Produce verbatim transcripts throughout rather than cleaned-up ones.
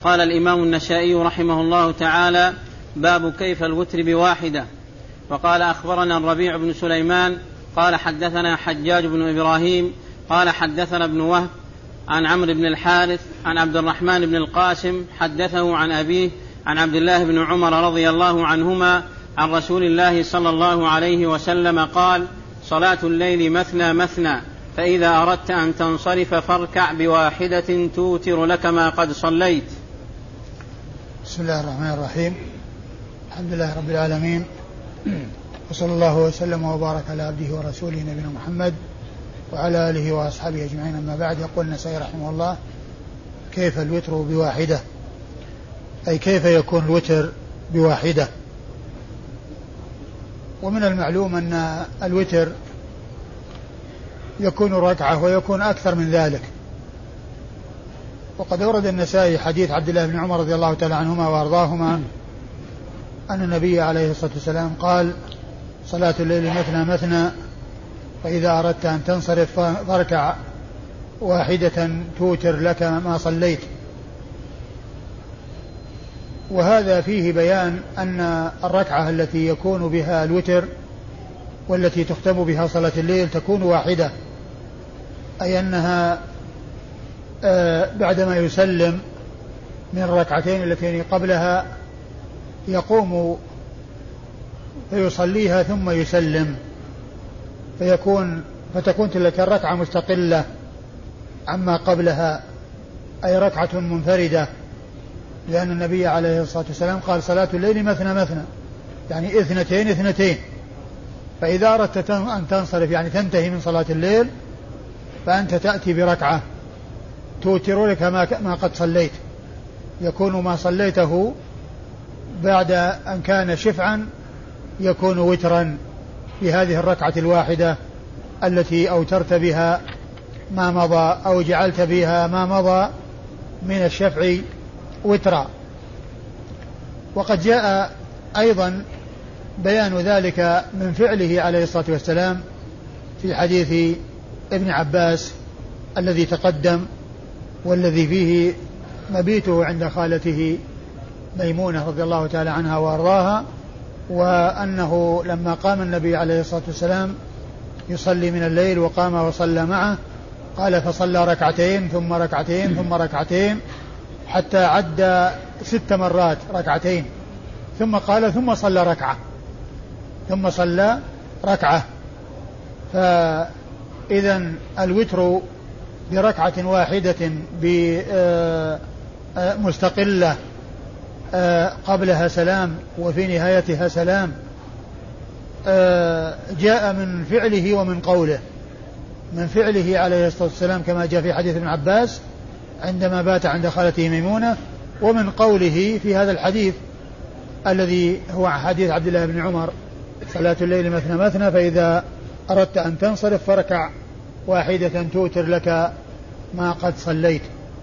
قال الإمام النسائي رحمه الله تعالى: باب كيف الوتر بواحدة. وقال أخبرنا الربيع بن سليمان قال حدثنا حجاج بن إبراهيم قال حدثنا ابن وهب عن عمرو بن الحارث عن عبد الرحمن بن القاسم حدثه عن أبيه عن عبد الله بن عمر رضي الله عنهما عن رسول الله صلى الله عليه وسلم قال: صلاة الليل مثنى مثنى، فإذا أردت أن تنصرف فاركع بواحدة توتر لك ما قد صليت. بسم الله الرحمن الرحيم. الحمد لله رب العالمين، وصلى الله وسلم وبارك على عبده ورسوله نبينا محمد وعلى آله وأصحابه أجمعين. أما بعد، يقول النسائي رحمه الله: كيف الوتر بواحدة، أي كيف يكون الوتر بواحدة. ومن المعلوم أن الوتر يكون ركعة ويكون أكثر من ذلك. وقد أورد النسائي حديث عبد الله بن عمر رضي الله تعالى عنهما وأرضاهما أن النبي عليه الصلاة والسلام قال: صلاة الليل مثنى مثنى، فإذا أردت أن تنصرف فاركع واحدة توتر لك ما صليت. وهذا فيه بيان أن الركعة التي يكون بها الوتر والتي تختم بها صلاة الليل تكون واحدة، أي أنها بعدما يسلم من الركعتين اللتين قبلها يقوم فيصليها ثم يسلم، فيكون فتكون تلك الركعة مستقلة عما قبلها، أي ركعة منفردة، لأن النبي عليه الصلاة والسلام قال: صلاة الليل مثنى مثنى، يعني اثنتين اثنتين. فإذا أردت أن تنصرف يعني تنتهي من صلاة الليل فأنت تأتي بركعة توتر لك ما قد صليت، يكون ما صليته بعد أن كان شفعا يكون وترا بهذه الركعة الواحدة التي أوترت بها ما مضى أو جعلت بها ما مضى من الشفع وترا. وقد جاء أيضا بيان ذلك من فعله عليه الصلاة والسلام في حديث ابن عباس الذي تقدم، والذي فيه مبيته عند خالته ميمونة رضي الله تعالى عنها وأرضاها، وأنه لما قام النبي عليه الصلاة والسلام يصلي من الليل وقام وصلى معه، قال: فصلى ركعتين ثم ركعتين ثم ركعتين حتى عد ست مرات ركعتين، ثم قال: ثم صلى ركعة ثم صلى ركعة. فإذا الوتر بركعة واحدة مستقلة قبلها سلام وفي نهايتها سلام جاء من فعله ومن قوله. من فعله عليه الصلاة والسلام كما جاء في حديث ابن عباس عندما بات عند خالته ميمونة، ومن قوله في هذا الحديث الذي هو حديث عبد الله بن عمر: صلاة الليل مثنى مثنى، فإذا أردت أن تنصرف فركع واحدة توتر لك ما قد صليت.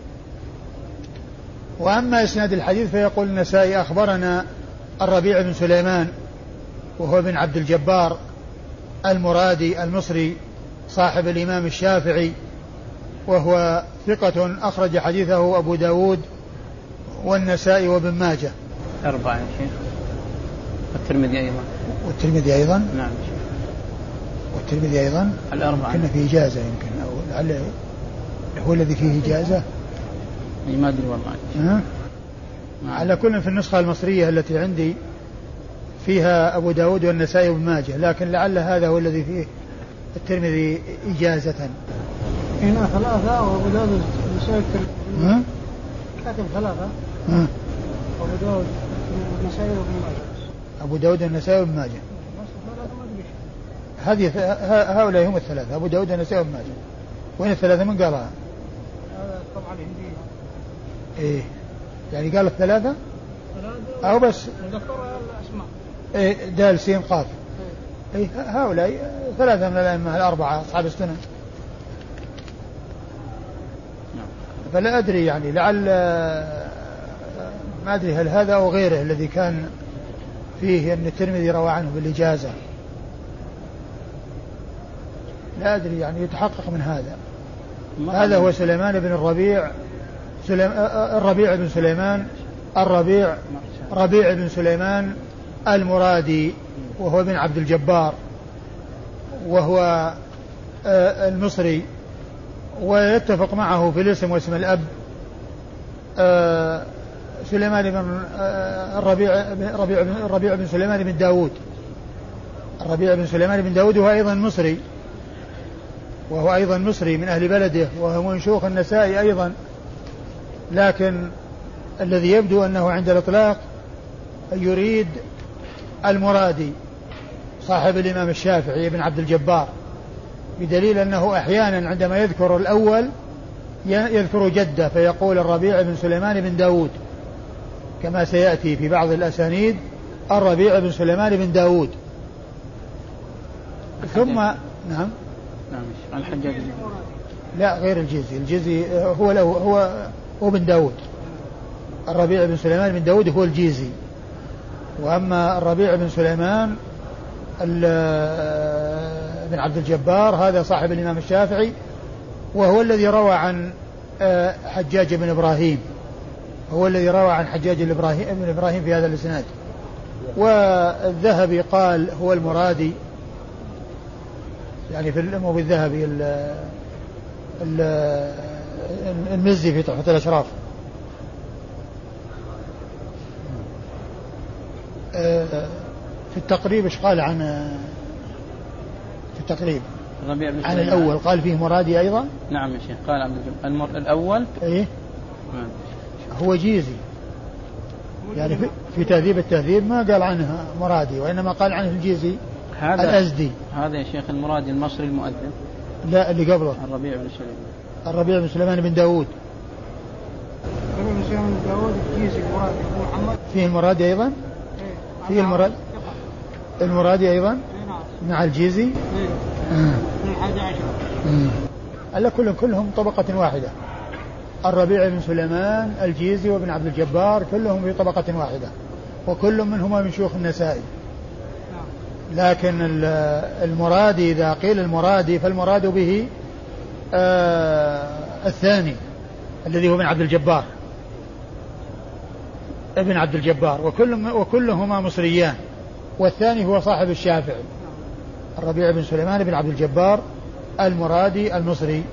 وأما إسناد الحديث فيقول النسائي: أخبرنا الربيع بن سليمان وهو بن عبد الجبار المرادي المصري صاحب الإمام الشافعي، وهو ثقة أخرج حديثه أبو داود والنسائي وابن ماجه. أربعة يا شيخ، والترمذي أيضا. والترمذي أيضا. نعم. والترمذي أيضا. الأربعة. كنا فيه إجازة يمكن، أو لعل هو الذي فيه إجازة. ما أدري والله. على كل في النسخة المصرية التي عندي فيها أبو داود والنسائي وابن ماجه، لكن لعل هذا هو الذي فيه الترمذي إجازة. هنا ثلاثة وأبو داود والنسائي ها؟ كاتب ثلاثة. ها؟ أبو داود والنسائي وابن ماجه. أبو داود والنسائي وابن ماجه. هذه هؤلاء هم الثلاثة: أبو داود والنسائي وابن ماجه. وين الثلاثة من قالها؟ هذا طبعا الهندية. إيه يعني قال الثلاثة أو بس ذكرها الأسماء. إيه دال سين قاف. إيه هؤلاء ثلاثة من الأئمة الأربعة أصحاب السنن. فلا أدري يعني لعل ما أدري هل هذا أو غيره الذي كان فيه أن الترمذي روى عنه بالإجازة، لا أدري يعني يتحقق من هذا. هذا هو سليمان بن الربيع الربيع بن سليمان الربيع ربيع بن سليمان المرادي وهو ابن عبد الجبار وهو المصري، ويتفق معه في الاسم واسم الأب سليمان بن الربيع الربيع الربيع بن سليمان بن داود الربيع بن سليمان بن داود وهو أيضا مصري وهو أيضا مصري من أهل بلده وهو من شيوخ النسائي أيضا، لكن الذي يبدو أنه عند الإطلاق يريد المرادي صاحب الإمام الشافعي بن عبد الجبار، بدليل أنه أحيانا عندما يذكر الأول يذكر جده فيقول الربيع بن سليمان بن داود كما سيأتي في بعض الأسانيد الربيع بن سليمان بن داود. ثم نعم نعم الحجاج لا غير الجيزي، الجيزي هو له هو هو بن داود، الربيع بن سليمان بن داود هو الجيزي، وأما الربيع بن سليمان بن عبد الجبار هذا صاحب الإمام الشافعي وهو الذي روى عن حجاج بن إبراهيم هو الذي روى عن حجاج بن إبراهيم في هذا الإسناد. والذهبي قال هو المرادي، يعني في الأم بالذهبي المزي في تحفة الأشراف. في التقريب ايش قال عن في التقريب عن الأول؟ قال فيه مرادي أيضا. نعم يا شيخ قال عبد المر... الأول إيه هو جيزي، يعني في, في تهذيب التهذيب ما قال عنه مرادي وإنما قال عنه الجيزي هذا الأزدي. هذا يا شيخ المرادي المصري المؤذن؟ لا اللي قبله الربيع بن سليمان الربيع بن سليمان بن داود الربيع بن سليمان بن داود الجيزي المرادي محمد فيه المرادي أيضا فيه المراد المرادي أيضا مع الجيزي ألا كلهم كلهم طبقة واحدة، الربيع بن سليمان الجيزي وابن عبد الجبار كلهم في طبقة واحدة وكل منهما من شيوخ النسائي. لكن المرادي إذا قيل المرادي فالمراد به آه الثاني الذي هو ابن عبد الجبار ابن عبد الجبار وكل وكلهما مصريان، والثاني هو صاحب الشافعي الربيع بن سليمان بن عبد الجبار المرادي المصري.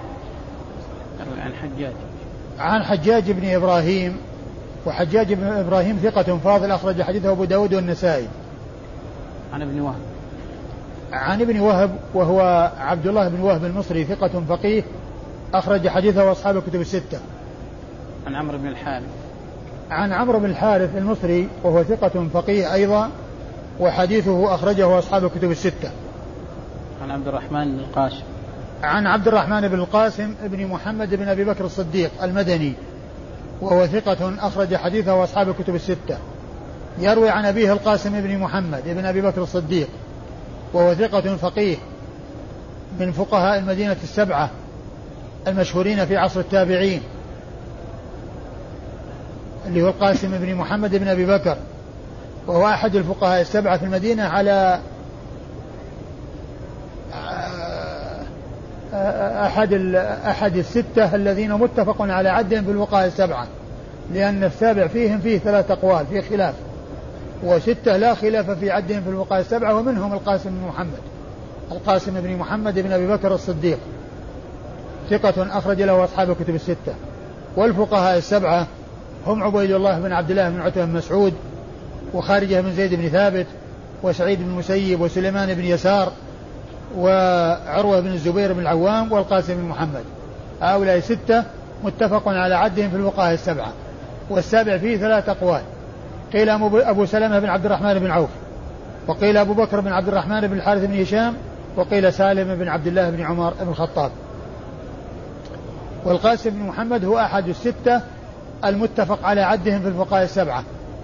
عن حجاج عن حجاج بن إبراهيم، وحجاج بن إبراهيم ثقة فاضل أخرج حديثه أبو داود والنسائي. عن ابن وهب عن ابن وهب وهو عبد الله بن وهب المصري ثقة فقيه أخرج حديثه أصحاب الكتب الستة. عن عمرو بن الحارث عن عمرو بن الحارث المصري وهو ثقة فقيه أيضا وحديثه أخرجه أصحاب الكتب الستة. عن عبد الرحمن بن القاسم عن عبد الرحمن بن القاسم ابن محمد بن أبي بكر الصديق المدني وهو ثقة أخرج حديثه أصحاب الكتب الستة. يروي عن أبيه القاسم بن محمد بن أبي بكر الصديق وهو ثقة فقيه من فقهاء المدينة السبعة المشهورين في عصر التابعين، اللي هو القاسم بن محمد بن أبي بكر، وهو أحد الفقهاء السبعة في المدينة على أحد أحد الستة الذين متفق على عدهم في الفقهاء السبعة، لأن السابع فيهم فيه ثلاث أقوال في خلاف، وستة لا خلاف في عدهم في الفقهاء السبعة، ومنهم القاسم بن محمد القاسم بن محمد بن أبي بكر الصديق ثقة أخرج له أصحاب الكتب الستة. والفقهاء السبعة هم عبيد الله بن عبد الله بن عتبة بن مسعود وخارجة بن زيد بن ثابت وسعيد بن المسيب وسليمان بن يسار وعروة بن الزبير بن العوام والقاسم بن محمد. هؤلاء ستة متفق على عدهم في الفقهاء السبعة، والسابع فيه ثلاث أقوال، قيل أبو سلمة بن عبد الرحمن بن عوف، وقيل أبو بكر بن عبد الرحمن بن الحارث بن هشام، وقيل سالم بن عبد الله بن عمر بن الخطاب. والقاسم بن محمد هو أحد الستة المتفق على عدهم في الفقهاء السبعة.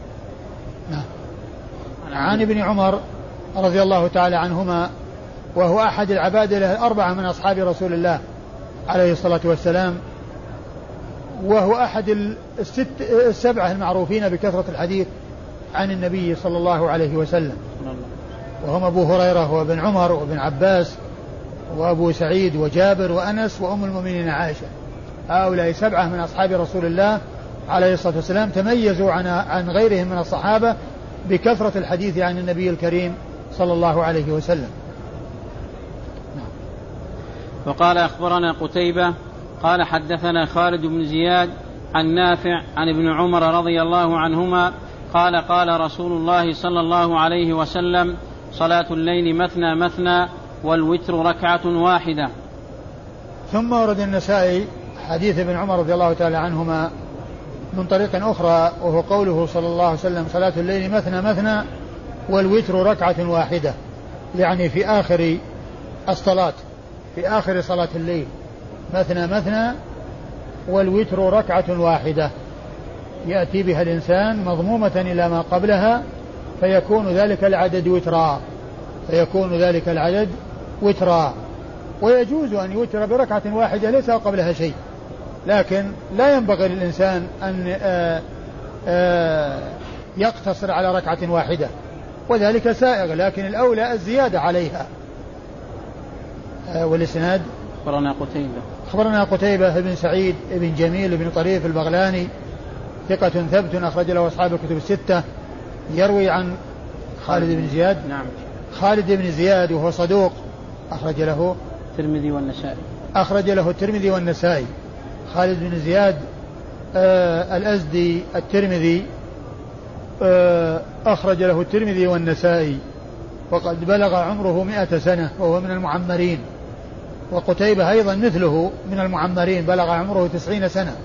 عن ابن عمر رضي الله تعالى عنهما، وهو أحد العبادلة الأربعة من أصحاب رسول الله عليه الصلاة والسلام، وهو أحد الست السبعة المعروفين بكثرة الحديث عن النبي صلى الله عليه وسلم، وهم أبو هريرة وابن عمر وابن عباس وأبو سعيد وجابر وأنس وأم المؤمنين عائشة هؤلاء سبعة من أصحاب رسول الله عليه الصلاة والسلام تميزوا عن عن غيرهم من الصحابة بكثرة الحديث عن النبي الكريم صلى الله عليه وسلم. وقال أخبرنا قتيبة قال حدثنا خالد بن زياد عن نافع عن ابن عمر رضي الله عنهما قال قال رسول الله صلى الله عليه وسلم صلاة الليل مثنى مثنى والوتر ركعة واحدة. ثم ورد النسائي حديث ابن عمر رضي الله تعالى عنهما من طريق أخرى وهو قوله صلى الله عليه وسلم صلاة الليل مثنى مثنى والوتر ركعة واحدة، يعني في آخر الصلاة في آخر صلاة الليل مثنى مثنى والوتر ركعة واحدة، يأتي بها الإنسان مضمومة إلى ما قبلها فيكون ذلك العدد وترا فيكون ذلك العدد وترا ويجوز أن يوتر بركعة واحدة ليس قبلها شيء، لكن لا ينبغي للإنسان أن آآ آآ يقتصر على ركعة واحدة وذلك سائغ، لكن الأولى الزيادة عليها. والإسناد أخبرنا قتيبة أخبرنا قتيبة بن سعيد بن جميل بن طريف البغلاني ثقة ثبت أخرج له أصحاب الكتب الستة، يروي عن خالد بن زياد. نعم خالد بن زياد وهو صدوق أخرج له الترمذي والنسائي أخرج له الترمذي والنسائي. خالد بن زياد آه الأزدي الترمذي آه أخرج له الترمذي والنسائي، وقد بلغ عمره مئة سنة وهو من المعمرين. وقتيبة أيضا مثله من المعمرين بلغ عمره تسعين سنة،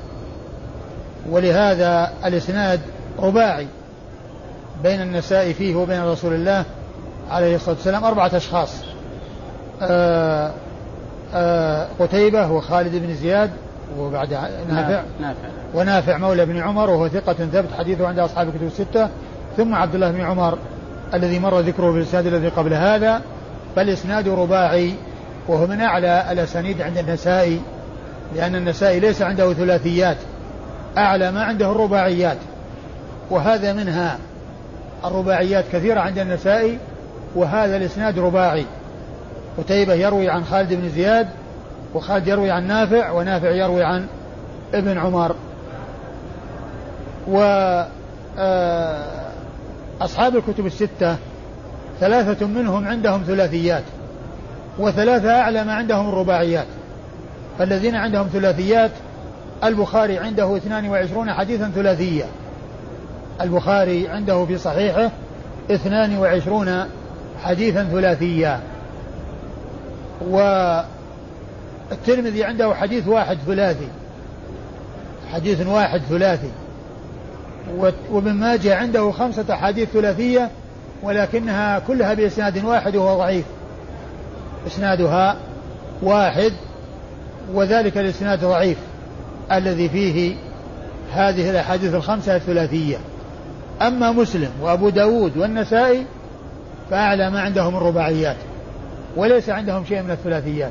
ولهذا الإسناد رباعي بين النسائي فيه وبين رسول الله عليه الصلاة والسلام أربعة أشخاص، آآ آآ قتيبة وخالد بن زياد وبعد نافع, نافع ونافع مولى بن عمر وهو ثقة ثبت حديثه عند أصحاب الكتب الستة، ثم عبد الله بن عمر الذي مر ذكره في الإسناد الذي قبل هذا، فالإسناد رباعي وهو من أعلى الأسانيد عند النسائي، لأن النسائي ليس عنده ثلاثيات، أعلى ما عنده الرباعيات، وهذا منها. الرباعيات كثيرة عند النسائي وهذا الإسناد رباعي. قتيبة يروي عن خالد بن زياد وخالد يروي عن نافع ونافع يروي عن ابن عمر. وأصحاب الكتب الستة ثلاثة منهم عندهم ثلاثيات وثلاثة أعلى ما عندهم الرباعيات، فالذين عندهم ثلاثيات البخاري عنده اثنان وعشرون حديثا ثلاثية، البخاري عنده في صحيحه اثنان وعشرون حديثا ثلاثية، والترمذي عنده حديث واحد ثلاثي حديث واحد ثلاثي وابن ماجه عنده خمسة حديث ثلاثية ولكنها كلها بإسناد واحد وهو ضعيف، إسنادها واحد وذلك الإسناد ضعيف الذي فيه هذه الأحاديث الخمسة الثلاثية. أما مسلم وأبو داود والنسائي فأعلى ما عندهم الرباعيات وليس عندهم شيء من الثلاثيات.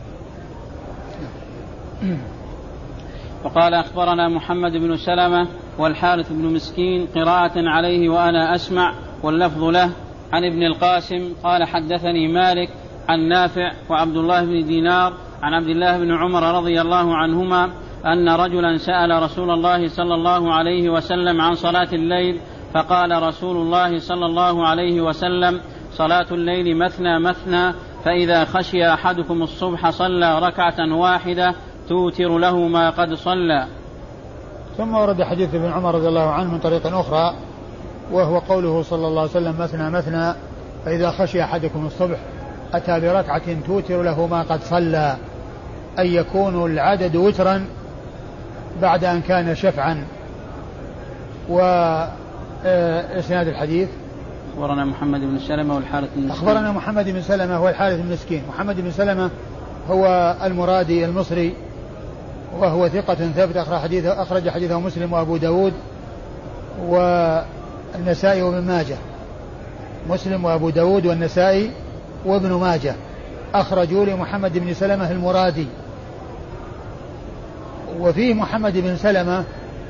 وقال أخبرنا محمد بن سلمة والحارث بن مسكين قراءة عليه وأنا أسمع واللفظ له عن ابن القاسم قال حدثني مالك عن نافع وعبد الله بن دينار عن عبد الله بن عمر رضي الله عنهما أن رجلا سأل رسول الله صلى الله عليه وسلم عن صلاة الليل فقال رسول الله صلى الله عليه وسلم صلاة الليل مثنى مثنى فإذا خشي أحدكم الصبح صلى ركعة واحدة توتر له ما قد صلى. ثم ورد حديث ابن عمر رضي الله عنه من طريق أخرى وهو قوله صلى الله عليه وسلم مثنى مثنى فإذا خشي أحدكم الصبح أتى بركعة توتر له ما قد صلى، أن يكون العدد وترا بعد أن كان شفعا. وإسناد الحديث أخبرنا محمد بن سلمة والحارث بن مسكين أخبرنا محمد بن سلمة هو الحارث بن مسكين. محمد بن سلمة هو المرادي المصري وهو ثقة ثبت أخرج حديثه, أخرج حديثه مسلم وأبو داود والنسائي وابن ماجه. مسلم وأبو داود والنسائي وابن ماجه أخرجوا لمحمد بن سلمة المرادي. وفيه محمد بن سلمة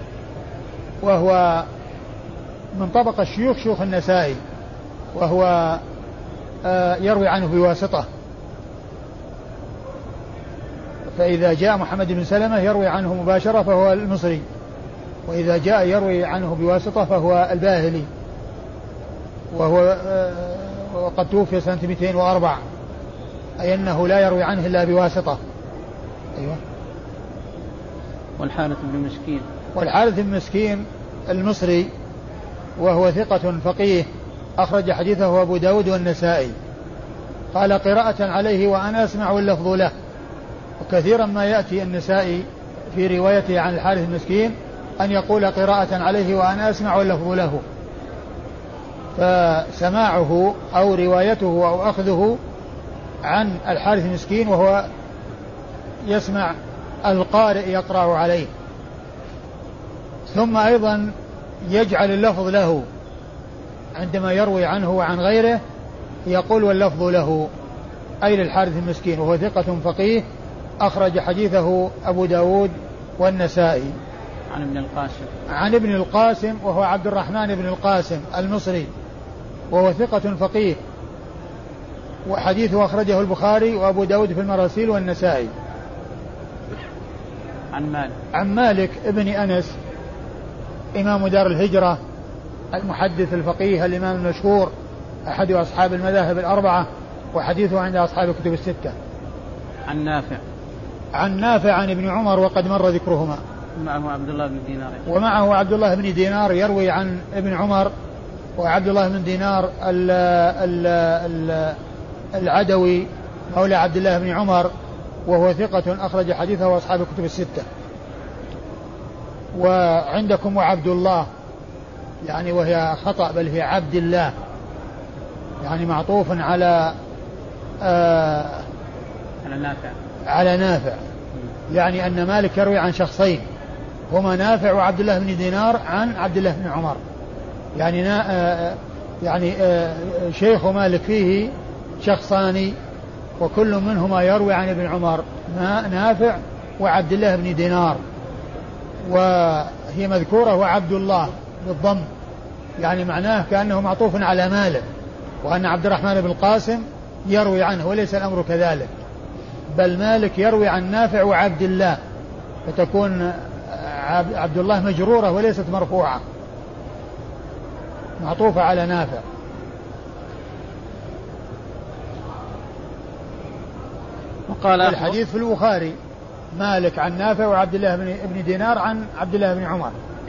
وهو من طبقة الشيوخ شيوخ النسائي وهو يروي عنه بواسطة، فإذا جاء محمد بن سلمة يروي عنه مباشرة فهو المصري، وإذا جاء يروي عنه بواسطة فهو الباهلي، وهو وقد توفي سنة مئتين وأربعة، أي أنه لا يروي عنه إلا بواسطة. أيوة. والحارث بن مسكين والحارث بن مسكين المصري وهو ثقة فقيه أخرج حديثه أبو داود والنسائي. قال قراءة عليه وأنا أسمع اللفظ له. وكثيرا ما يأتي النسائي في روايته عن الحارث المسكين أن يقول قراءة عليه وأنا أسمع اللفظ له، فسماعه أو روايته أو أخذه عن الحارث المسكين وهو يسمع القارئ يقرأ عليه، ثم أيضا يجعل اللفظ له عندما يروي عنه وعن غيره، يقول واللفظ له أي للحارث المسكين، وهو ثقة فقيه أخرج حديثه أبو داود والنسائي. عن ابن القاسم عن ابن القاسم وهو عبد الرحمن بن القاسم المصري، وهو ثقة فقيه وحديثه أخرجه البخاري وأبو داود في المراسيل والنسائي. عن مالك عن مالك ابن أنس إمام دار الهجرة المحدث الفقيه الإمام المشهور أحد أصحاب المذاهب الأربعة، وحديثه عند أصحاب الكتب الستة. عن نافع عن نافع عن ابن عمر وقد مر ذكرهما. معه عبد الله بن دينار ومعه عبد الله بن دينار يروي عن ابن عمر، وعبد الله بن دينار ال ال ال العدوي مولى عبد الله بن عمر، وهو ثقة أخرج حديثه وأصحاب الكتب الستة. وعندكم وعبد الله يعني وهي خطأ، بل هي عبد الله يعني معطوف على آه على نافع على نافع يعني أن مالك يروي عن شخصين هما نافع وعبد الله بن دينار عن عبد الله بن عمر، يعني آه يعني آه شيخ مالك فيه شخصان وكل منهما يروي عن ابن عمر، نافع وعبد الله بن دينار، وهي مذكورة وعبد الله بالضم، يعني معناه كأنه معطوف على مالك، وأن عبد الرحمن بن القاسم يروي عنه، وليس الأمر كذلك، بل مالك يروي عن نافع وعبد الله، فتكون عبد الله مجرورة وليست مرفوعة، معطوفة على نافع. وقال الحديث في البخاري مالك عن نافع وعبد الله بن دينار عن عبد الله بن عمر.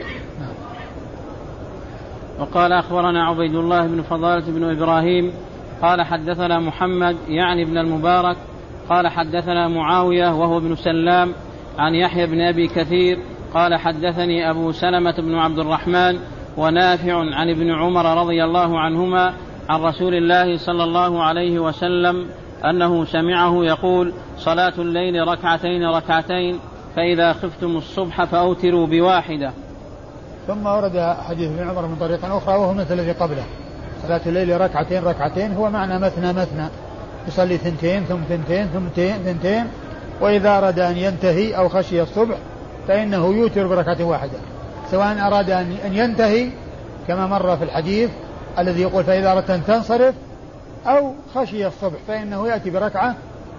وقال أخبرنا عبيد الله بن فضالة بن إبراهيم قال حدثنا محمد يعني ابن المبارك قال حدثنا معاوية وهو ابن سلام عن يحيى بن أبي كثير قال حدثني أبو سلمة بن عبد الرحمن ونافع عن ابن عمر رضي الله عنهما عن رسول الله صلى الله عليه وسلم أنه سمعه يقول صلاة الليل ركعتين ركعتين فإذا خفتم الصبح فأوتروا بواحدة. ثم ورد حديث ابن عمر من طريق أخرى وهو مثل الذي قبله، صلاة الليل ركعتين ركعتين هو معنى مثنى مثنى، يصلي ثنتين ثم ثنتين ثم ثنتين، وإذا أراد أن ينتهي أو خشي الصبح فإنه يوتر بركعة واحدة، سواء أراد أن ينتهي كما مر في الحديث الذي يقول فإذا أردت أن تنصرف، أو خشي الصبح فإنه يأتي بركعة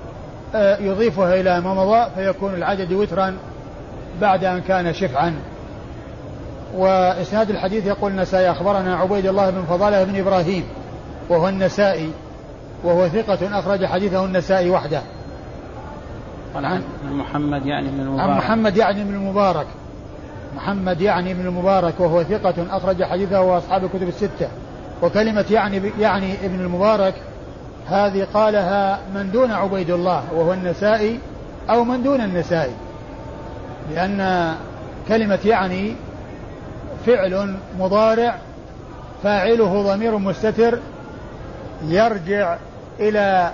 يضيفها إلى ما مضى فيكون العدد وترا بعد أن كان شفعا. وإسناد الحديث يقول النسائي أخبرنا عبيد الله بن فضالة بن إبراهيم وهو النسائي وهو ثقة أخرج حديثه النسائي وحده. عن محمد يعني بن المبارك عن محمد يعني بن المبارك محمد يعني بن المبارك وهو ثقة أخرج حديثه وأصحاب الكتب الستة. وكلمة يعني يعني ابن المبارك هذه قالها من دون عبيد الله وهو النسائي أو من دون النسائي، لأن كلمة يعني فعل مضارع فاعله ضمير مستتر يرجع إلى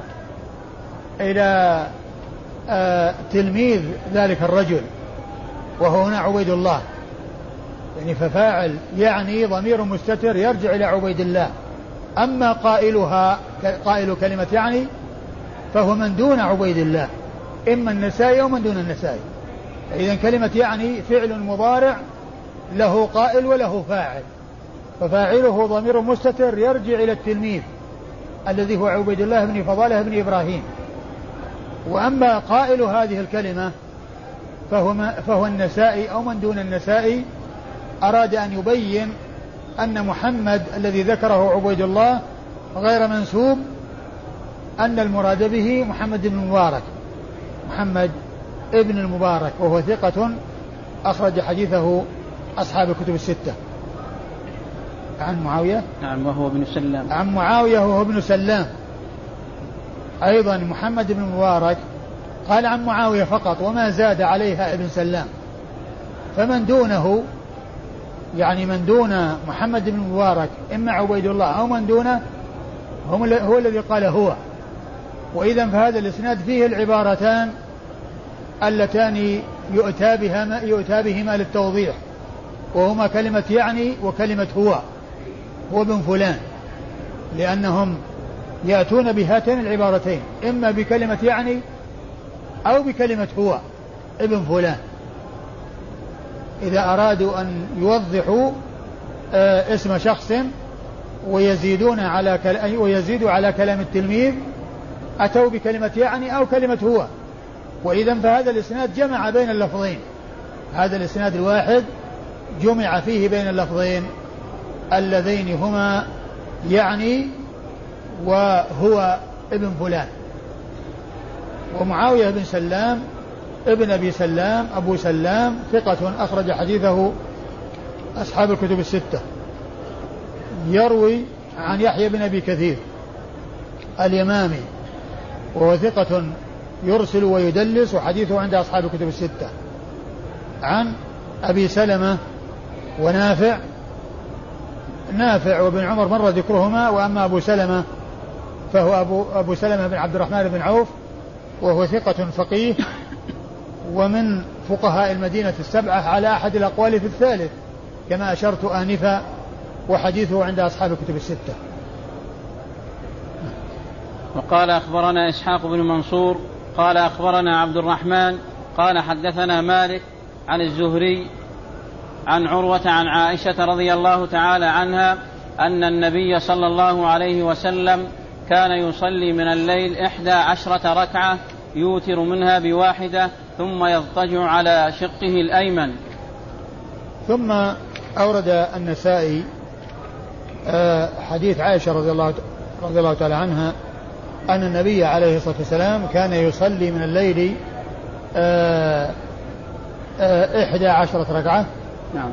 إلى آه تلميذ ذلك الرجل وهو هنا عبيد الله، يعني ففاعل يعني ضمير مستتر يرجع إلى عبيد الله. أما قائلها قائل كلمة يعني فهو من دون عبيد الله، إما النسائي أو من دون النسائي. إذن كلمة يعني فعل مضارع له قائل وله فاعل، ففاعله ضمير مستتر يرجع إلى التلميذ الذي هو عبيد الله بن فضالة بن إبراهيم. وأما قائل هذه الكلمة فهو, فهو النسائي أو من دون النسائي أراد أن يبين أن محمد الذي ذكره عبيد الله غير منسوب، أن المراد به محمد بن المبارك محمد ابن المبارك، وهو ثقة أخرج حديثه أصحاب الكتب الستة. عن معاوية نعم وهو ابن سلام عن معاوية وهو ابن سلام أيضا محمد بن المبارك قال عن معاوية فقط وما زاد عليها ابن سلام، فمن دونه يعني من دون محمد بن المبارك إما عبيد الله أو من دونه هو الذي قال هو. وإذا فهذا الإسناد فيه العبارتان اللتان يؤتى بهما, يؤتى بهما للتوضيح، وهما كلمة يعني وكلمة هو هو ابن فلان، لأنهم يأتون بهاتين العبارتين إما بكلمة يعني أو بكلمة هو ابن فلان إذا أرادوا أن يوضحوا اسم شخص ويزيدون على ويزيدوا على كلام التلميذ أتوا بكلمة يعني أو كلمة هو. وإذا فهذا الإسناد جمع بين اللفظين، هذا الإسناد الواحد جمع فيه بين اللفظين اللذين هما يعني وهو ابن فلان. ومعاوية بن سلام ابن أبي سلام أبو سلام ثقة أخرج حديثه أصحاب الكتب الستة، يروي عن يحيى بن أبي كثير اليمامي وهو ثقة يرسل ويدلس وحديثه عند أصحاب الكتب الستة، عن أبي سلمة ونافع نافع وابن عمر مر ذكرهما، وأما أبو سلمة فهو أبو, أبو سلمة بن عبد الرحمن بن عوف وهو ثقة فقيه ومن فقهاء المدينة السبعة على أحد الأقوال في الثالث كما أشرت آنفا، وحديثه عند أصحاب الكتب الستة. وقال أخبرنا إسحاق بن منصور قال أخبرنا عبد الرحمن قال حدثنا مالك عن الزهري عن عروة عن عائشة رضي الله تعالى عنها أن النبي صلى الله عليه وسلم كان يصلي من الليل إحدى عشرة ركعة يوتر منها بواحدة ثم يضطجع على شقه الأيمن. ثم أورد النسائي حديث عائشة رضي الله رضي الله تعالى عنها أن النبي عليه الصلاة والسلام كان يصلي من الليل إحدى عشرة ركعة. نعم.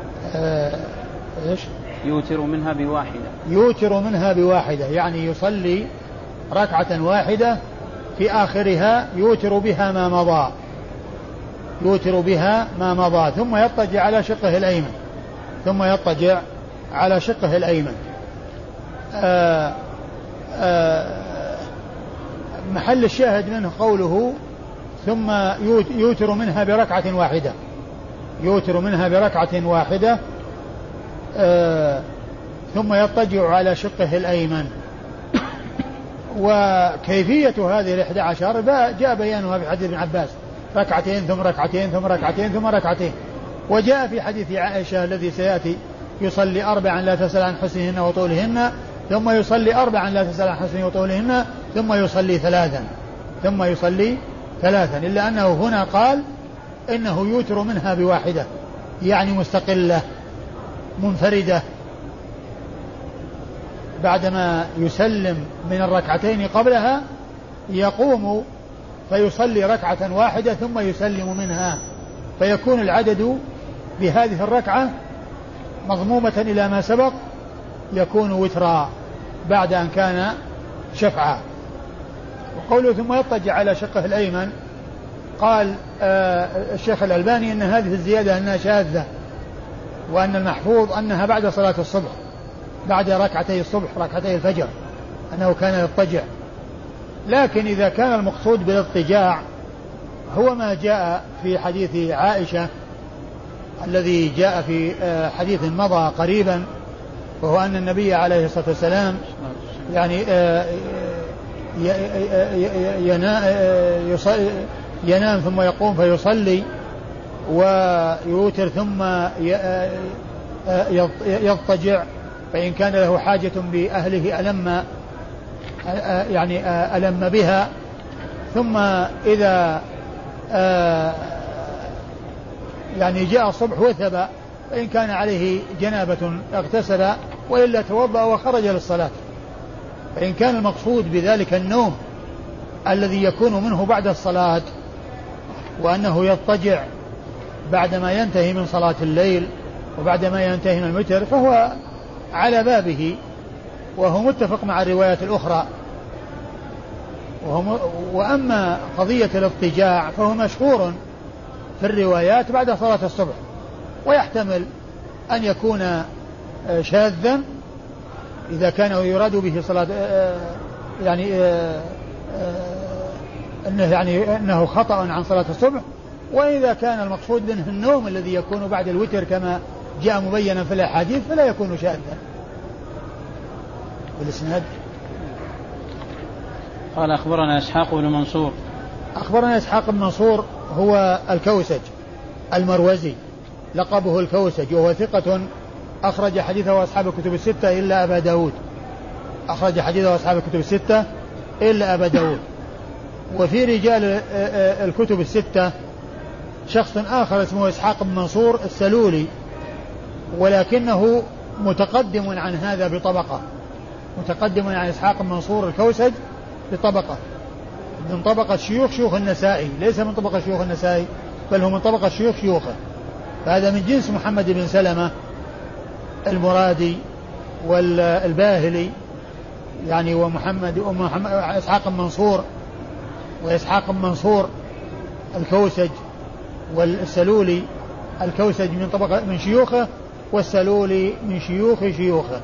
إيش؟ يوتر منها بواحدة. يوتر منها بواحدة يعني يصلي ركعة واحدة في آخرها يوتر بها ما مضى يوتر بها ما مضى ثم يضطجع على شقه الأيمن ثم يضطجع على شقه الأيمن. آآ آآ محل الشاهد منه قوله ثم يوتر منها بركعة واحدة يوتر منها بركعة واحدة ثم يضطجع على شقه الأيمن. وكيفية هذه الإحدى عشر جاء بيانها في حديث ابن عباس ركعتين ثم ركعتين ثم ركعتين ثم ركعتين. وجاء في حديث عائشة الذي سيأتي يصلي أربعا لا تسأل عن حسنهن وطولهن ثم يصلي أربعا لا تسأل عن حسنهن وطولهن ثم يصلي ثلاثا ثم يصلي ثلاثا إلا أنه هنا قال إنه يوتر منها بواحدة يعني مستقلة منفردة بعدما يسلم من الركعتين قبلها يقوم فيصلي ركعة واحدة ثم يسلم منها فيكون العدد بهذه الركعة مضمومة إلى ما سبق يكون وترا بعد أن كان شفعا. وقوله ثم يضطجع على شقه الأيمن قال آه الشيخ الألباني أن هذه الزيادة أنها شاذة وأن المحفوظ أنها بعد صلاة الصبح بعد ركعتي الصبح ركعتي الفجر أنه كان يضطجع. لكن إذا كان المقصود بالاضطجاع هو ما جاء في حديث عائشة الذي جاء في حديث مضى قريبا وهو أن النبي عليه الصلاة والسلام يعني ينام ثم يقوم فيصلي ويوتر ثم يضطجع فإن كان له حاجة بأهله ألم يعني ألم بها ثم إذا آه يعني جاء الصبح وثب فإن كان عليه جنابة اغتسل وإلا توضأ وخرج للصلاة. فإن كان المقصود بذلك النوم الذي يكون منه بعد الصلاة وأنه يضطجع بعدما ينتهي من صلاة الليل وبعدما ينتهي من الوتر فهو على بابه، وهو متفق مع الروايات الأخرى. وهم وأما قضية الاضطجاع فهو مشهور في الروايات بعد صلاة الصبح، ويحتمل أن يكون شاذا إذا كان يراد به صلاة يعني أنه يعني أنه خطأ عن صلاة الصبح، وإذا كان المقصود منه النوم الذي يكون بعد الوتر كما جاء مبينا في الأحاديث فلا يكون شاذا. والإسناد قال أخبرنا إسحاق بن منصور. أخبرنا إسحاق بن منصور هو الكوسج المروزي لقبه الكوسج، وهو ثقة أخرج حديثه أصحاب الكتب الستة إلا أبا داود. أخرج حديثه أصحاب الكتب الستة إلا أبا داود. وفي رجال الكتب الستة شخص آخر اسمه إسحاق بن منصور السلولي، ولكنه متقدم عن هذا بطبقة، متقدم عن إسحاق بن منصور الكوسج بطبقة، من طبقة شيوخ شيوخ النسائي، ليس من طبقة شيوخ النسائي بل هو من طبقة شيوخ شيوخه. فهذا من جنس محمد بن سلمة المرادي والباهلي يعني، ومحمد ومحمد إسحاق بن منصور وإسحاق بن منصور الكوسج والسلولي. الكوسج من طبقة من شيوخه والسلولي من شيوخ شيوخه.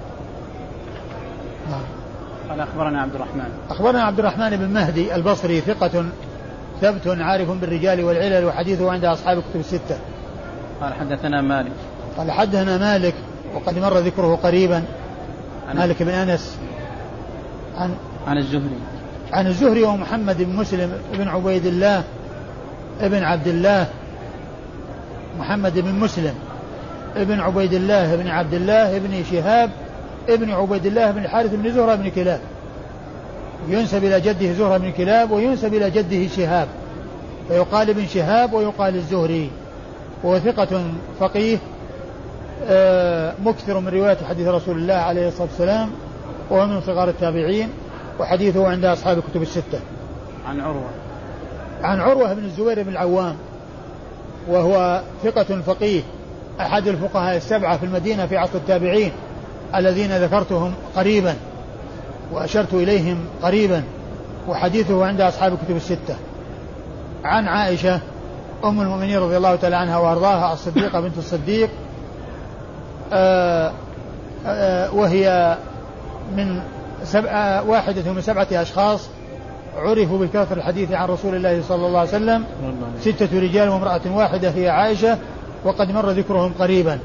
قال أخبرنا عبد الرحمن. أخبرنا عبد الرحمن بن مهدي البصري ثقة ثبت عارف بالرجال والعلل وحديثه عند أصحاب الكتب الستة. قال حدثنا مالك. قال حدثنا مالك وقد مر ذكره قريبا. مالك بن أنس عن عن الزهري عن الزهري ومحمد بن مسلم بن عبيد الله ابن عبد الله، محمد بن مسلم ابن عبيد الله بن عبد الله ابن شهاب ابن عبيد الله بن الحارث بن زهرة بن كلاب، ينسب إلى جده زهرة بن كلاب وينسب إلى جده شهاب، فيقال ابن شهاب ويقال الزهري. وهو ثقة فقيه مكثر من رواية حديث رسول الله عليه الصلاة والسلام، وهو من صغار التابعين، وحديثه عند أصحاب الكتب الستة. عن عروة عن عروة بن الزبير بن العوام، وهو ثقة فقيه أحد الفقهاء السبعة في المدينة في عصر التابعين الذين ذكرتهم قريبا وأشرت إليهم قريبا، وحديثه عند أصحاب الكتب الستة. عن عائشة أم المؤمنين رضي الله تعالى عنها وأرضاها الصديقة بنت الصديق، آآ آآ وهي من سبعة واحدة من سبعة أشخاص عرفوا بكثرة الحديث عن رسول الله صلى الله عليه وسلم، ستة رجال وامرأة واحدة هي عائشة، وقد مر ذكرهم قريبا.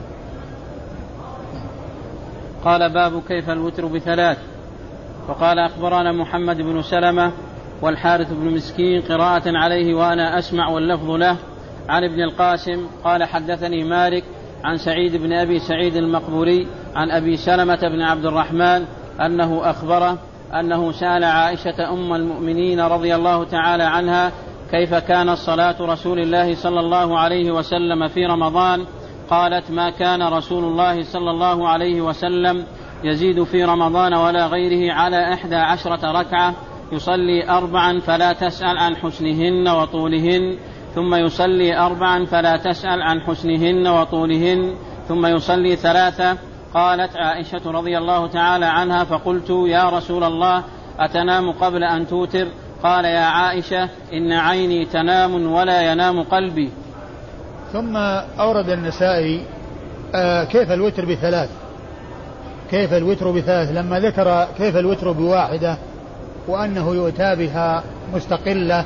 قال باب كيف الوتر بثلاث. وقال أخبرنا محمد بن سلمة والحارث بن مسكين قراءة عليه وأنا أسمع واللفظ له، عن ابن القاسم قال حدثني مالك عن سعيد بن أبي سعيد المقبوري عن أبي سلمة بن عبد الرحمن أنه أخبره أنه سأل عائشة أم المؤمنين رضي الله تعالى عنها كيف كانت صلاة رسول الله صلى الله عليه وسلم في رمضان، قالت ما كان رسول الله صلى الله عليه وسلم يزيد في رمضان ولا غيره على إحدى عشرة ركعة، يصلي أربعا فلا تسأل عن حسنهن وطولهن، ثم يصلي أربعا فلا تسأل عن حسنهن وطولهن، ثم يصلي ثلاثة. قالت عائشة رضي الله تعالى عنها فقلت يا رسول الله أتنام قبل أن توتر؟ قال يا عائشة إن عيني تنام ولا ينام قلبي. ثم أورد النسائي آه كيف الوتر بثلاث، كيف الوتر بثلاث لما ذكر كيف الوتر بواحدة وأنه يؤتى بها مستقلة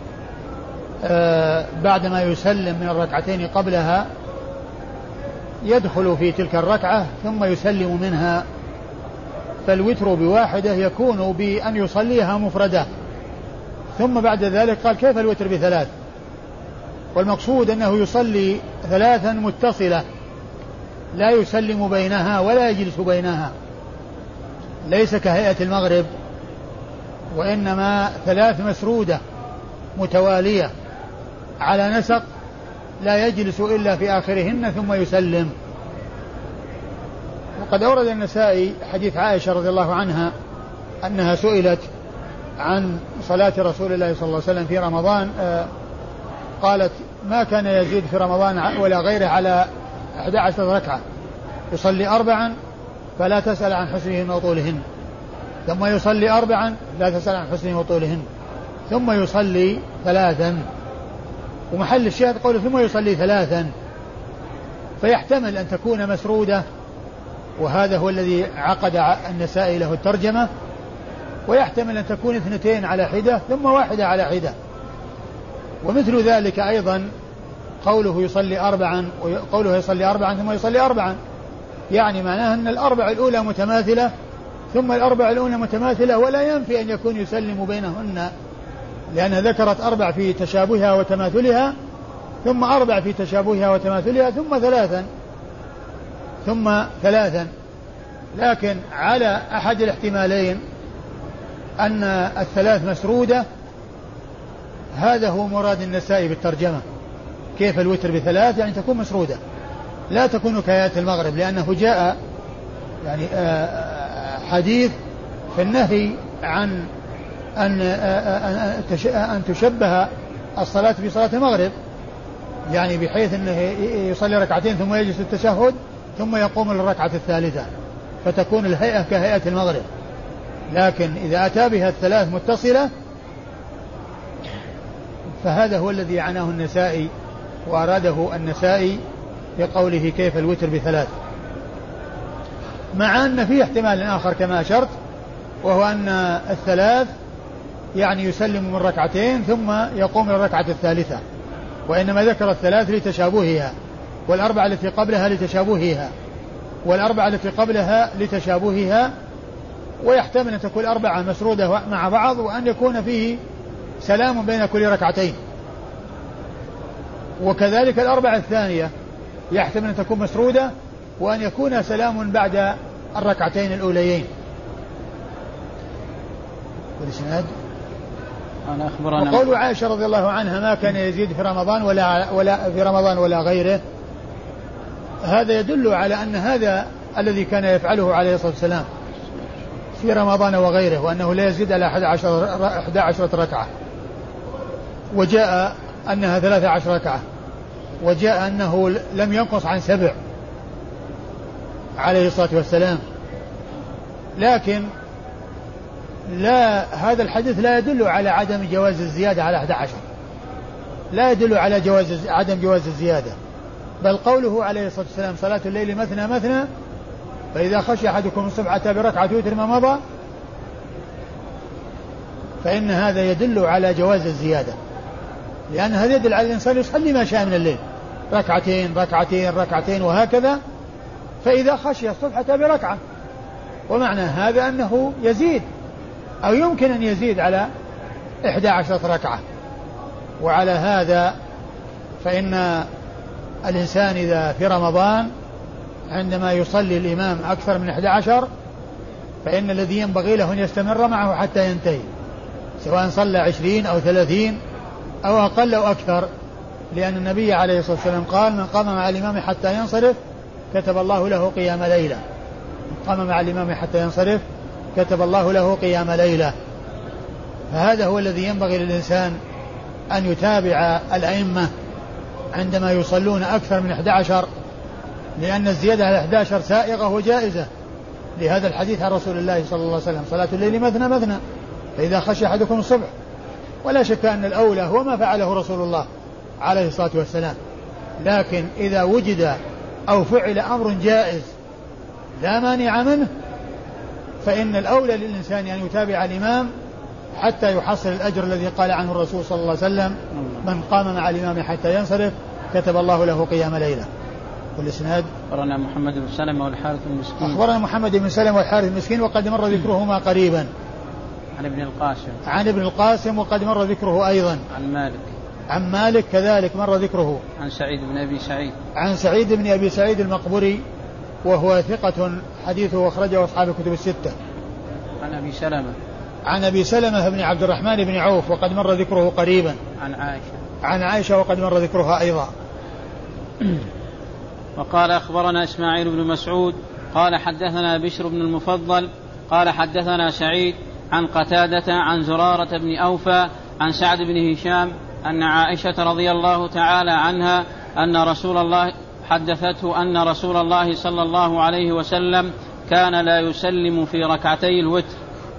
آه بعدما يسلم من الركعتين قبلها، يدخل في تلك الركعة ثم يسلم منها، فالوتر بواحدة يكون بأن يصليها مفردة. ثم بعد ذلك قال كيف الوتر بثلاث، والمقصود أنه يصلي ثلاثا متصلة لا يسلم بينها ولا يجلس بينها، ليس كهيئة المغرب، وإنما ثلاث مسرودة متوالية على نسق لا يجلس إلا في آخرهن ثم يسلم. وقد أورد النسائي حديث عائشة رضي الله عنها أنها سئلت عن صلاة رسول الله صلى الله عليه وسلم في رمضان، قالت ما كان يزيد في رمضان ولا غيره على أحد عشر ركعة، يصلي أربعا فلا تسأل عن حسنهن وطولهن، ثم يصلي أربعا لا تسأل عن حسنهن وطولهن، ثم يصلي ثلاثا. ومحل الشاهد قوله ثم يصلي ثلاثا، فيحتمل أن تكون مسرودة، وهذا هو الذي عقد النسائي له الترجمة، ويحتمل أن تكون اثنتين على حدة ثم واحدة على حدة. ومثل ذلك أيضا قوله يصلي أربعا، وقوله يصلي أربعا ثم يصلي أربعا، يعني معناه أن الأربع الأولى متماثلة ثم الأربع الأولى متماثلة، ولا ينفي أن يكون يسلم بينهن، لأنها ذكرت أربع في تشابهها وتماثلها، ثم أربع في تشابهها وتماثلها، ثم ثلاثا ثم ثلاثا لكن على أحد الاحتمالين أن الثلاث مسرودة، هذا هو مراد النسائي بالترجمة. كيف الوتر بثلاث؟ يعني تكون مسرودة، لا تكون كآيات المغرب، لأنه جاء يعني حديث في النهي عن أن أن تشبه الصلاة بصلاة المغرب، يعني بحيث أنه يصلي ركعتين ثم يجلس التشهد ثم يقوم للركعة الثالثة، فتكون الهيئة كهيئة المغرب. لكن إذا أتى بها الثلاث متصلة فهذا هو الذي عناه النسائي وأراده النسائي بقوله كيف الوتر بثلاث، مع أن فيه احتمال آخر كما أشرت، وهو أن الثلاث يعني يسلم من ركعتين ثم يقوم للركعة الثالثة، وإنما ذكر الثلاث لتشابهها، والأربعة التي قبلها لتشابهها، والأربعة التي قبلها لتشابهها، ويحتمل أن تكون أربعة مسرودة مع بعض، وأن يكون فيه سلام بين كل ركعتين. وكذلك الأربعة الثانية يحتمل أن تكون مسرودة، وأن يكون سلام بعد الركعتين الأوليين. والإسناد وقول عائشة رضي الله عنها ما كان يزيد في رمضان ولا ولا في رمضان ولا غيره، هذا يدل على أن هذا الذي كان يفعله عليه الصلاة والسلام في رمضان وغيره، وأنه لا يزيد على أحد عشرة ركعة، وجاء أنها ثلاثة عشر ركعة، وجاء أنه لم ينقص عن سبع عليه الصلاة والسلام. لكن لا، هذا الحديث لا يدل على عدم جواز الزيادة على أحد عشر، لا يدل على جواز عدم جواز الزيادة، بل قوله عليه الصلاة والسلام صلاة الليل مثنى مثنى فإذا خشي أحدكم الصبح أتى بركعة وتر ما مضى، فإن هذا يدل على جواز الزيادة، لأن هذا يدل على الإنسان يصلي ما شاء من الليل، ركعتين ركعتين ركعتين وهكذا، فإذا خشي الصبح أتى بركعة، ومعنى هذا أنه يزيد أو يمكن أن يزيد على إحدى عشرة ركعة. وعلى هذا فإن الإنسان إذا في رمضان عندما يصلي الإمام أكثر من إحدى عشر، فإن الذي ينبغي له أن يستمر معه حتى ينتهي، سواء صلى عشرين أو ثلاثين أو أقل أو أكثر، لأن النبي عليه الصلاة والسلام قال من قام مع الإمام حتى ينصرف كتب الله له قيام ليلة، من قام مع الإمام حتى ينصرف كتب الله له قيام ليلة. فهذا هو الذي ينبغي للإنسان أن يتابع الأئمة عندما يصلون أكثر من إحدى عشر، لأن الزيادة على إحدى عشر سائغة وجائزة لهذا الحديث عن رسول الله صلى الله عليه وسلم صلاة الليل مثنى مثنى فإذا خشي أحدكم الصبح. ولا شك أن الأولى هو ما فعله رسول الله عليه الصلاة والسلام، لكن إذا وجد أو فعل أمر جائز لا مانع منه، فإن الأولى للإنسان أن يتابع الإمام حتى يحصل الأجر الذي قال عنه الرسول صلى الله عليه وسلم من قام مع الإمام حتى ينصرف كتب الله له قيام ليلة. والإسناد أخبرنا محمد بن سلمة والحارث المسكين أخبرنا محمد بن سلمة والحارث المسكين وقد مر ذكرهما قريبا عن ابن القاسم عن ابن القاسم وقد مر ذكره أيضا عن مالك عن مالك كذلك مر ذكره عن سعيد بن أبي سعيد عن سعيد بن أبي سعيد المقبري وهو ثقة حديثه أخرجه أصحاب الكتب الستة. عن أبي سلمة عن أبي سلمة بن عبد الرحمن بن عوف وقد مر ذكره قريبا. عن عائشة. عن عائشة وقد مر ذكرها أيضا. وقال أخبرنا إسماعيل بن مسعود قال حدثنا بشر بن المفضل قال حدثنا سعيد عن قتادة عن زرارة بن أوفى عن سعد بن هشام أن عائشة رضي الله تعالى عنها أن رسول الله حدثته أن رسول الله صلى الله عليه وسلم كان لا يسلم في ركعتي الوتر.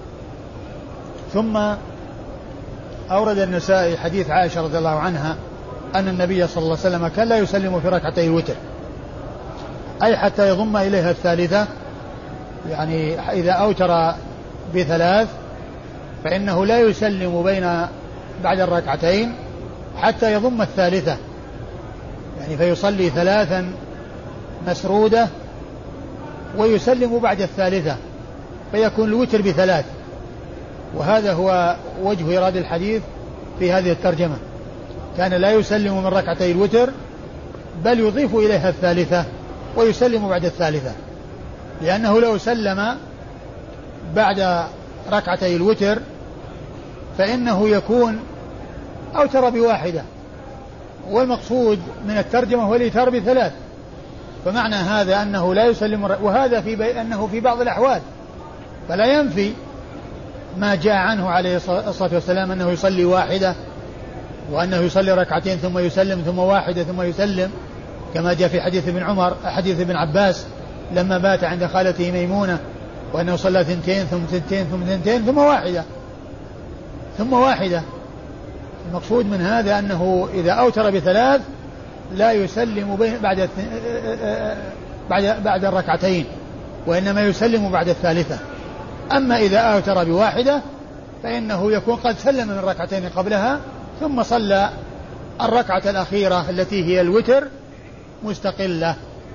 ثم أورد النسائي حديث عائشة رضي الله عنها أن النبي صلى الله عليه وسلم كان لا يسلم في ركعتي الوتر، أي حتى يضم إليها الثالثة، يعني إذا أوتر بثلاث فإنه لا يسلم بين بعد الركعتين حتى يضم الثالثة، يعني فيصلي ثلاثا مسرودة ويسلم بعد الثالثة فيكون الوتر بثلاث. وهذا هو وجه إيراد الحديث في هذه الترجمة، كان لا يسلم من ركعتي الوتر بل يضيف إليها الثالثة ويسلم بعد الثالثة، لأنه لو سلم بعد ركعتي الوتر فإنه يكون أوتر بواحدة، والمقصود من الترجمة هو الإيتار بثلاث، فمعنى هذا أنه لا يسلم، وهذا في بي... أنه في بعض الأحوال، فلا ينفي ما جاء عنه عليه الصلاة والسلام أنه يصلي واحدة وأنه يصلي ركعتين ثم يسلم ثم واحدة ثم يسلم، كما جاء في حديث ابن عمر حديث ابن عباس لما بات عند خالته ميمونة وأنه صلى ثنتين ثم ثنتين ثم ثنتين ثم واحدة ثم واحدة. المقصود من هذا أنه إذا أوتر بثلاث لا يسلم بعد بعد بعد الركعتين، وإنما يسلم بعد الثالثة. أما إذا أوتر بواحدة فإنه يكون قد سلم من الركعتين قبلها ثم صلى الركعة الأخيرة التي هي الوتر مستقلة.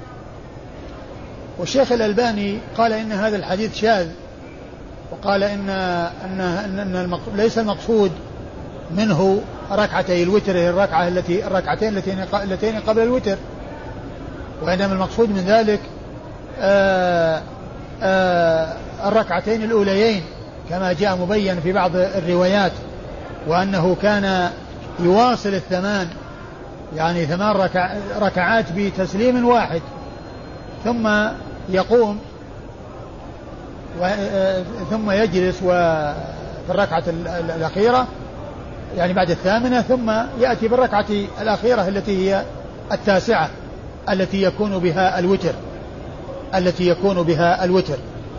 والشيخ الألباني قال إن هذا الحديث شاذ، وقال إن, إن, إن المقصود ليس المقصود منه ركعتي الوتر هي الركعة التي الركعتين اللتين قبل الوتر، وإنما المقصود من ذلك آآ آآ الركعتين الأوليين كما جاء مبين في بعض الروايات، وأنه كان يواصل الثمان، يعني ثمان ركع ركعات بتسليم واحد ثم يقوم ثم يجلس في الركعة الأخيرة يعني بعد الثامنة، ثم يأتي بالركعة الأخيرة التي هي التاسعة التي يكون بها الوتر التي يكون بها الوتر.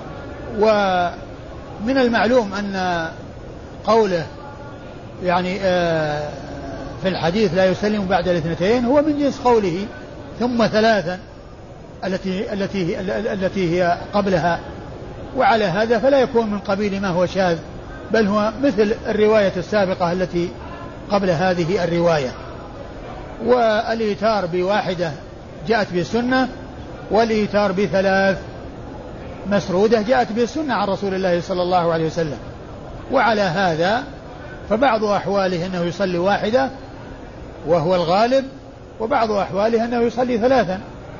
ومن المعلوم أن قوله يعني في الحديث لا يسلم بعد الاثنتين هو من جنس قوله ثم ثلاثا التي التي التي هي قبلها، وعلى هذا فلا يكون من قبيل ما هو شاذ، بل هو مثل الرواية السابقة التي قبل هذه الرواية. والإيتار بواحدة جاءت بالسنة، والإيتار بثلاث مسرودة جاءت بالسنة عن رسول الله صلى الله عليه وسلم. وعلى هذا فبعض أحواله أنه يصلي واحدة وهو الغالب، وبعض أحواله أنه يصلي ثلاثا.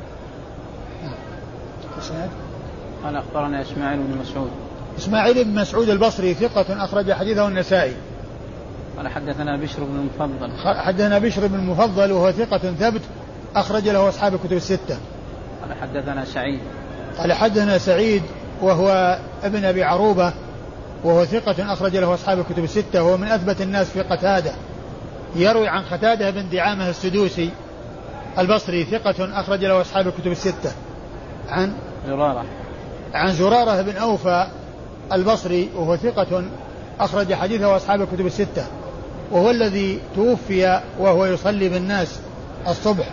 قال أخبرنا إسماعيل بن مسعود. إسماعيل بن مسعود البصري ثقة أخرج حديثه النسائي. قال حدثنا بشر بن المفضل. حدثنا بشر بن المفضل وهو ثقة ثبت أخرج له أصحاب الكتب الستة. قال حدثنا سعيد. قال حدثنا سعيد وهو ابن أبي عروبة وهو ثقة أخرج له أصحاب الكتب الستة، وهو من أثبت الناس في قتادة، يروي عن قتادة بن دعامة السدوسي البصري ثقة أخرج له أصحاب الكتب الستة. عن زرارة عن زرارة بن أوفى البصري وهو ثقة أخرج حديثه أصحاب الكتب الستة، وهو الذي توفي وهو يصلي بالناس الصبح،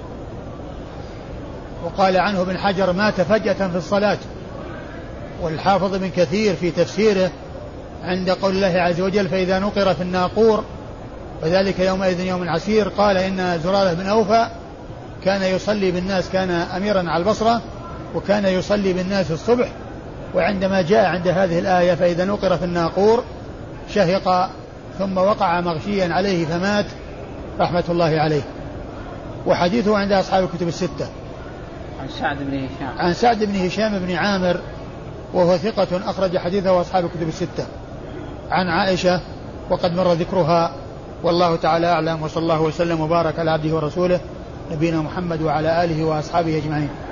وقال عنه ابن حجر مات فجأة في الصلاة. والحافظ ابن كثير في تفسيره عند قول الله عز وجل فإذا نقر في الناقور فذلك يومئذ يوم عسير، قال إن زرارة بن أوفى كان يصلي بالناس، كان أميرا على البصرة وكان يصلي بالناس الصبح، وعندما جاء عند هذه الآية فإذا نقر في الناقور شهق ثم وقع مغشيا عليه فمات رحمة الله عليه. وحديثه عند أصحاب الكتب الستة. عن سعد بن هشام. عن سعد بن هشام بن عامر وهو ثقة أخرج حديثه أصحاب الكتب الستة. عن عائشة وقد مر ذكرها، والله تعالى أعلم، وصلى الله وسلم وبارك على عبده ورسوله نبينا محمد وعلى آله وأصحابه أجمعين.